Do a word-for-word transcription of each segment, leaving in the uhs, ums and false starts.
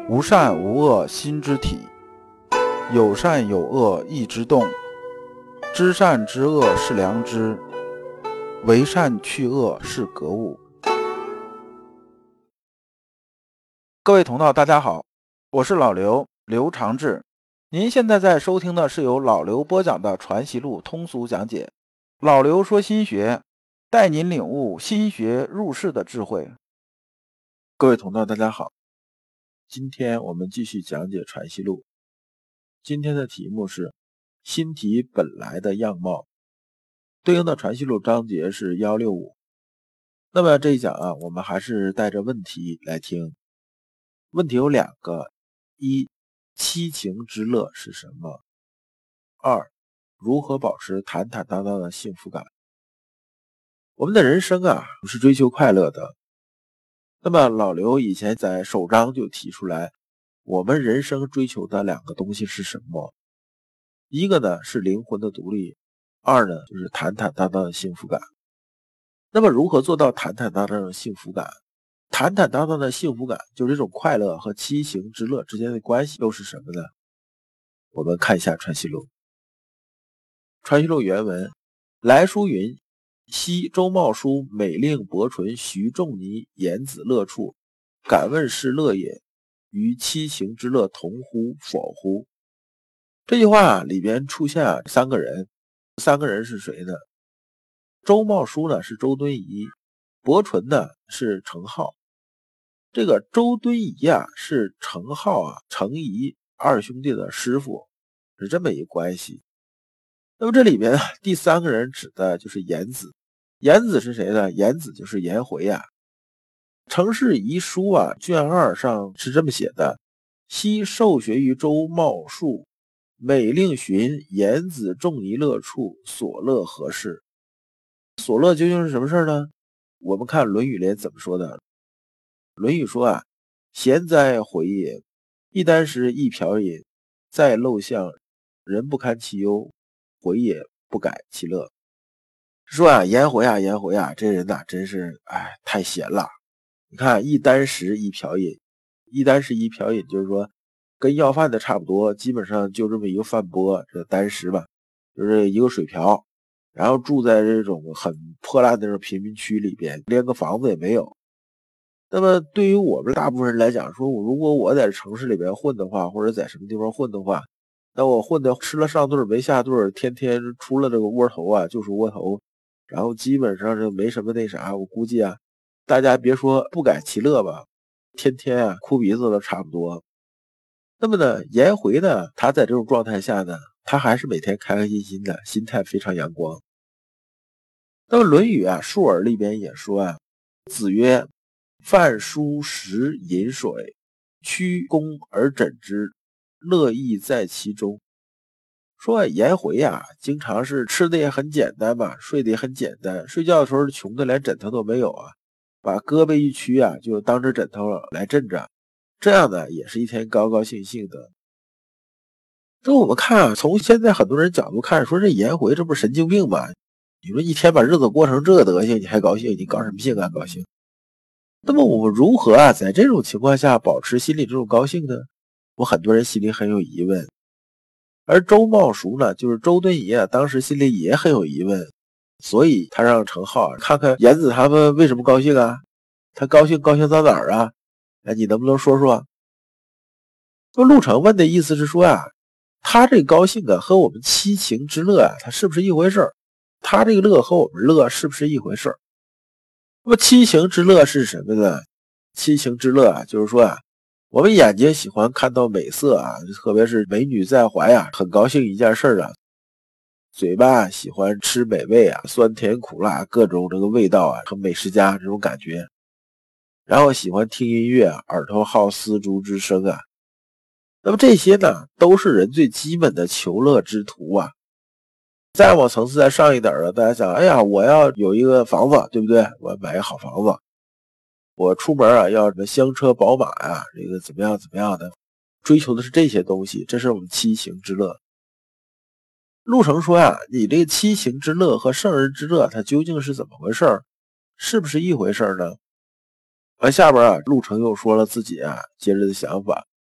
无善无恶心之体，有善有恶意之动。知善知恶是良知，为善去恶是格物。各位同道大家好，我是老刘，刘长志。您现在在收听的是由老刘播讲的《传习录》通俗讲解。老刘说心学，带您领悟心学入世的智慧。各位同道大家好，今天我们继续讲解《传习录》。今天的题目是心体本来的样貌，对应的《传习录》章节是一百六十五。那么这一讲啊，我们还是带着问题来听。问题有两个：一、七情之乐是什么？二、如何保持坦坦荡荡的幸福感？我们的人生啊，不是追求快乐的。那么老刘以前在首章就提出来，我们人生追求的两个东西是什么？一个呢是灵魂的独立，二呢就是坦坦荡荡的幸福感。那么如何做到坦坦荡荡的幸福感？坦坦荡荡的幸福感就是这种快乐和七情之乐之间的关系又是什么呢？我们看一下《传习录》。《传习录》原文：来书云，昔周茂书美令伯纯、徐仲尼、颜子乐处，敢问是乐也？与七情之乐同乎否乎？这句话里边出现啊三个人，三个人是谁呢？周茂书呢是周敦颐，伯纯呢是程颢。这个周敦颐啊是程颢啊程颐二兄弟的师傅，是这么一个关系。那么这里面呢，第三个人指的就是颜子。颜子是谁呢？颜子就是颜回啊。程氏遗书啊卷二上是这么写的：昔受学于周茂书，每令寻颜子仲尼乐处，所乐何事？所乐究竟是什么事呢？我们看《论语》里怎么说的。《论语》说啊，贤哉回也！一箪食，一瓢饮，在陋巷，人不堪其忧，回也不改其乐。说啊，颜回啊，颜回啊，这人呐、啊，真是哎太闲了。你看，一箪食，一瓢饮，一箪食一瓢饮，就是说跟要饭的差不多，基本上就这么一个饭钵，这箪食吧，就是一个水瓢，然后住在这种很破烂的这种贫民区里边，连个房子也没有。那么对于我们大部分人来讲，说如果我在城市里边混的话，或者在什么地方混的话，那我混的吃了上顿没下顿，天天出了这个窝头啊就是窝头，然后基本上是没什么那啥，我估计啊大家别说不改其乐吧，天天啊哭鼻子都差不多。那么呢，颜回呢，他在这种状态下呢，他还是每天开开心心的，心态非常阳光。那么《论语》啊，述而里边也说啊，子曰：饭疏食饮水，曲肱而枕之，乐亦在其中。说啊，颜回啊，经常是吃的也很简单嘛，睡得也很简单，睡觉的时候穷的连枕头都没有啊，把胳膊一屈啊，就当着枕头来枕着，这样呢，也是一天高高兴兴的。这我们看啊，从现在很多人角度看，说这颜回这不是神经病吗？你说一天把日子过成这个德行，你还高兴？你高什么兴啊？高兴？那么我们如何啊，在这种情况下保持心里这种高兴呢？我很多人心里很有疑问。而周茂书呢，就是周敦颐啊，当时心里也很有疑问，所以他让程颢啊看看颜子他们为什么高兴啊？他高兴高兴到哪儿啊？哎，你能不能说说？那陆程问的意思是说啊，他这高兴啊和我们七情之乐啊，他是不是一回事儿？他这个乐和我们乐是不是一回事儿？那么七情之乐是什么呢？七情之乐啊，就是说啊，我们眼睛喜欢看到美色啊，特别是美女在怀啊，很高兴一件事啊。嘴巴喜欢吃美味啊，酸甜苦辣各种这个味道啊，和美食家这种感觉。然后喜欢听音乐啊，耳朵好丝竹之声啊。那么这些呢，都是人最基本的求乐之途啊。再往层次再上一点了，大家想，哎呀，我要有一个房子，对不对？我要买一个好房子。我出门啊，要什么香车宝马啊，这个怎么样怎么样的，追求的是这些东西，这是我们七情之乐。陆程说啊，你这个七情之乐和圣人之乐，它究竟是怎么回事？是不是一回事呢？而下边啊，陆程又说了自己啊接着的想法，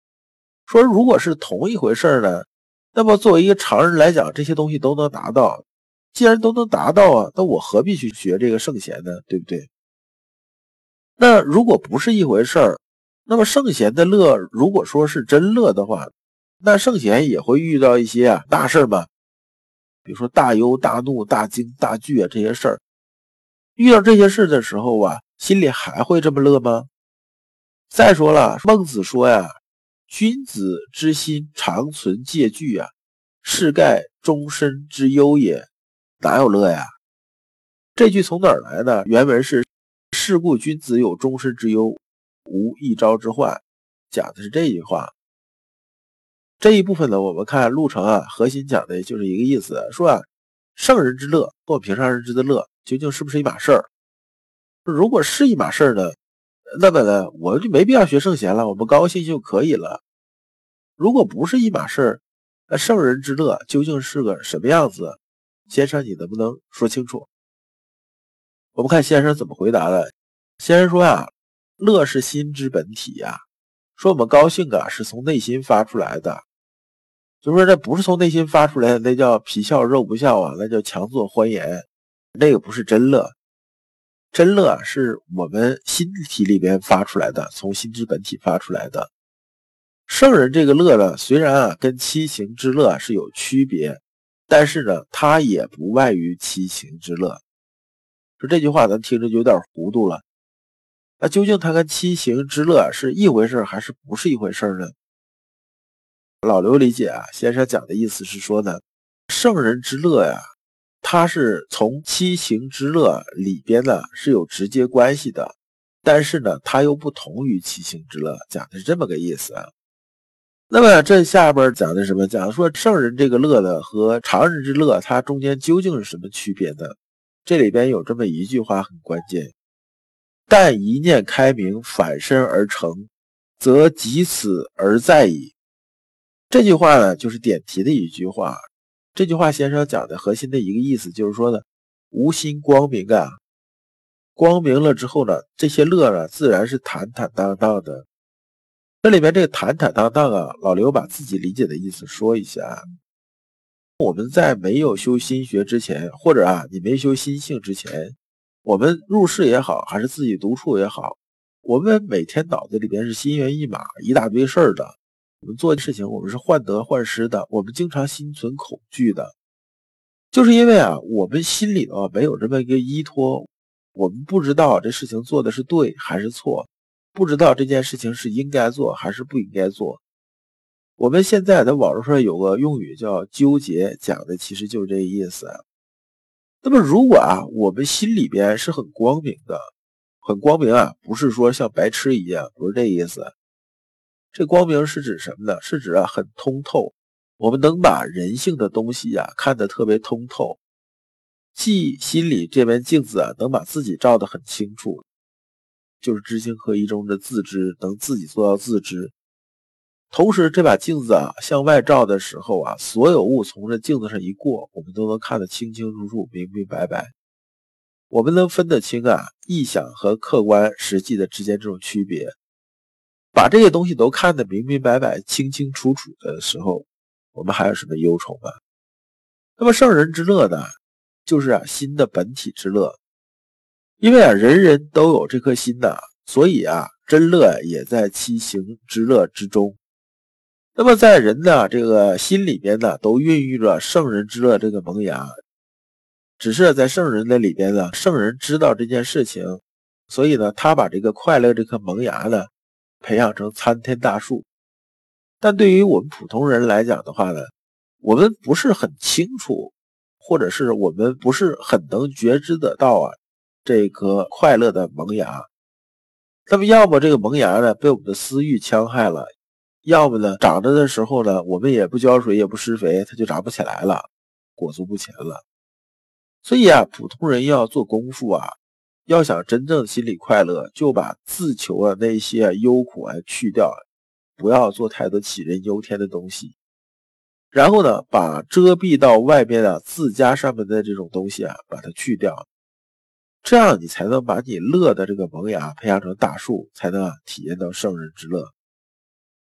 说如果是同一回事呢，那么作为一个常人来讲，这些东西都能达到。既然都能达到啊，那我何必去学这个圣贤呢？对不对？那如果不是一回事儿，那么圣贤的乐，如果说是真乐的话，那圣贤也会遇到一些啊大事嘛，比如说大忧、大怒、大惊、大惧啊这些事儿。遇到这些事的时候啊，心里还会这么乐吗？再说了，孟子说呀，君子之心常存戒惧啊，是盖终身之忧也。哪有乐呀？这句从哪儿来的？原文是是故君子有终身之忧，无一朝之患，讲的是这句话。这一部分呢，我们看陆程啊，核心讲的就是一个意思，说啊，圣人之乐或平常人之的乐，究竟是不是一码事儿？如果是一码事儿呢，那么呢，我就没必要学圣贤了，我们高兴就可以了。如果不是一码事儿，那圣人之乐究竟是个什么样子？先生，你能不能说清楚？我们看先生怎么回答的。先生说啊，乐是心之本体呀、啊，说我们高兴啊是从内心发出来的，就说这不是从内心发出来的，那叫皮笑肉不笑啊，那叫强作欢颜，那个不是真乐。真乐啊是我们心体里边发出来的，从心之本体发出来的。圣人这个乐呢，虽然啊跟七情之乐是有区别，但是呢，它也不外于七情之乐。说这句话咱听着就有点糊涂了。那究竟它跟七情之乐是一回事还是不是一回事呢？老刘理解啊，先生讲的意思是说呢，圣人之乐呀，它是从七情之乐里边呢是有直接关系的，但是呢，它又不同于七情之乐，讲的是这么个意思啊。那么这下边讲的什么？讲说圣人这个乐呢和常人之乐，它中间究竟是什么区别呢？这里边有这么一句话很关键：但一念开明，反身而成，则及此而在矣。这句话呢，就是点题的一句话。这句话先生讲的核心的一个意思就是说呢，无心光明啊，光明了之后呢，这些乐呢，自然是坦坦荡荡的。这里面这个坦坦荡荡啊，老刘把自己理解的意思说一下。我们在没有修心学之前，或者啊，你没修心性之前，我们入世也好，还是自己独处也好，我们每天脑子里边是心猿意马，一大堆事儿的。我们做的事情，我们是患得患失的，我们经常心存恐惧的，就是因为啊，我们心里头没有这么一个依托，我们不知道这事情做的是对还是错，不知道这件事情是应该做还是不应该做。我们现在在网络上有个用语叫纠结，讲的其实就是这个意思。那么如果啊，我们心里边是很光明的，很光明啊，不是说像白痴一样，不是这意思。这光明是指什么呢？是指啊很通透，我们能把人性的东西啊看得特别通透，即心里这面镜子啊能把自己照得很清楚，就是知行合一中的自知，能自己做到自知。同时这把镜子啊向外照的时候啊，所有物从这镜子上一过，我们都能看得清清楚楚，明明白白。我们能分得清啊臆想和客观实际的之间这种区别。把这些东西都看得明明白白、清清楚楚的时候，我们还有什么忧愁啊？那么圣人之乐呢，就是啊心的本体之乐。因为啊人人都有这颗心呐、啊，所以啊真乐也在七情之乐之中。那么在人的这个心里边呢，都孕育着圣人之乐这个萌芽。只是在圣人的里边呢，圣人知道这件事情，所以呢，他把这个快乐这颗萌芽呢，培养成参天大树。但对于我们普通人来讲的话呢，我们不是很清楚，或者是我们不是很能觉知得到啊这颗快乐的萌芽。那么要么这个萌芽呢被我们的私欲戕害了，要么呢长着的时候呢我们也不浇水也不施肥，它就长不起来了，裹足不前了。所以啊普通人要做功夫啊，要想真正心里快乐，就把自求啊那些忧苦啊去掉，不要做太多杞人忧天的东西。然后呢把遮蔽到外面啊自家上面的这种东西啊把它去掉，这样你才能把你乐的这个萌芽培养成大树，才能啊体验到圣人之乐。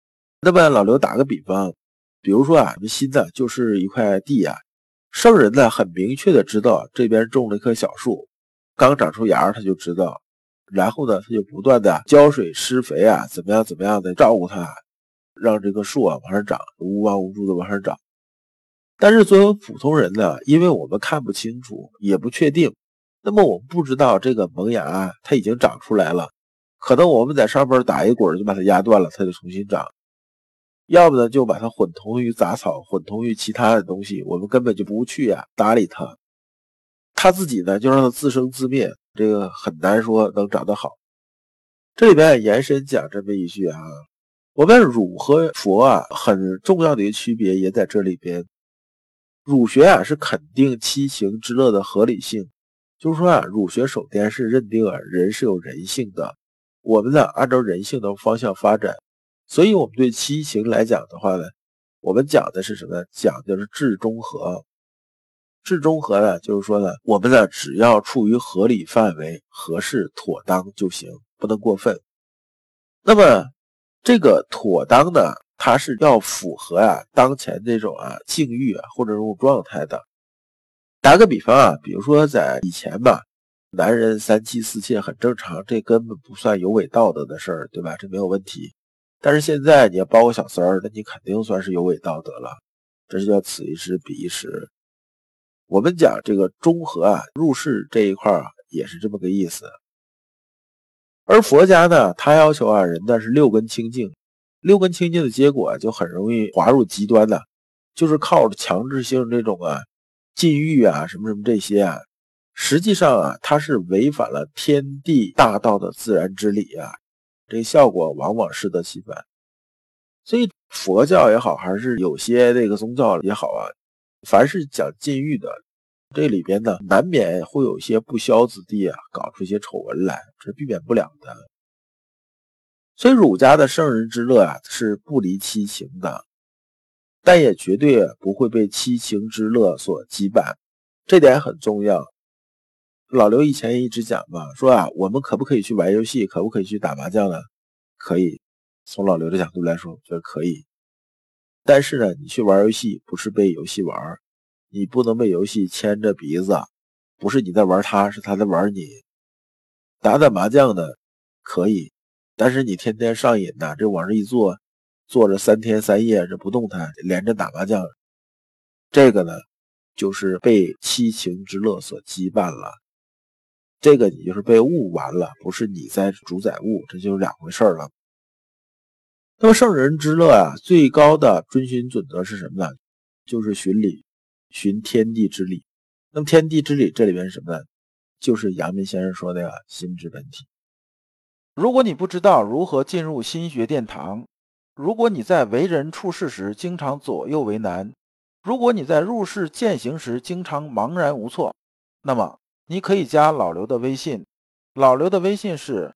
那么老刘打个比方，比如说啊，我们心呢就是一块地啊，圣人呢很明确的知道这边种了一棵小树，刚长出芽他就知道，然后呢他就不断的浇水施肥啊，怎么样怎么样的照顾它，让这个树啊往上长，无望无助的往上长。但是作为普通人呢，因为我们看不清楚也不确定，那么我们不知道这个萌芽啊它已经长出来了，可能我们在上边打一滚就把它压断了，它就重新长，要不呢就把它混同于杂草，混同于其他的东西，我们根本就不去啊搭理它，它自己呢就让它自生自灭，这个很难说能长得好。这里边延伸讲这么一句啊，我们儒和佛啊很重要的一个区别也在这里边。儒学啊是肯定七情之乐的合理性，就是说啊，儒学首先是认定啊人是有人性的，我们呢按照人性的方向发展，所以我们对七情来讲的话呢，我们讲的是什么？讲的是至中和。至中和呢，就是说呢，我们呢只要处于合理范围，合适妥当就行，不能过分。那么这个妥当呢，它是要符合啊当前这种啊境遇啊或者这种状态的。打个比方啊，比如说在以前吧，男人三妻四妾很正常，这根本不算有违道德的事儿，对吧？这没有问题。但是现在你要包个小三儿，那你肯定算是有违道德了，这是叫此一时彼一时。我们讲这个中和啊，入世这一块啊，也是这么个意思。而佛家呢，他要求啊人呢是六根清净，六根清净的结果就很容易滑入极端的，就是靠着强制性这种啊禁欲啊什么什么这些啊，实际上啊它是违反了天地大道的自然之理啊，这个效果往往适得其反。所以佛教也好，还是有些那个宗教也好啊，凡是讲禁欲的，这里边呢难免会有一些不肖子弟啊搞出一些丑闻来，这是避免不了的。所以儒家的圣人之乐啊是不离七情的，但也绝对不会被七情之乐所羁绊，这点很重要。老刘以前一直讲嘛，说啊我们可不可以去玩游戏，可不可以去打麻将呢？可以，从老刘的角度来说，我觉得可以。但是呢，你去玩游戏不是被游戏玩，你不能被游戏牵着鼻子，不是你在玩它，是它在玩你。打打麻将呢，可以，但是你天天上瘾呐，这往这一坐，坐着三天三夜这不动弹，连着打麻将，这个呢，就是被七情之乐所羁绊了。这个你就是被物玩了，不是你在主宰物，这就是两回事了。那么圣人之乐啊，最高的遵循准则是什么呢？就是循理，循天地之理。那么天地之理这里边是什么呢？就是阳明先生说的心之本体。如果你不知道如何进入心学殿堂，如果你在为人处事时经常左右为难，如果你在入世践行时经常茫然无措，那么你可以加老刘的微信，老刘的微信是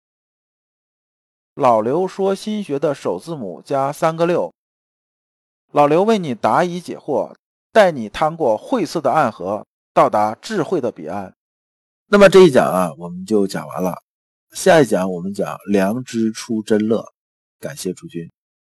老刘说心学的首字母加三个六，老刘为你答疑解惑，带你趟过晦涩的暗河，到达智慧的彼岸。那么这一讲啊，我们就讲完了。下一讲我们讲良知出真乐。感谢诸君。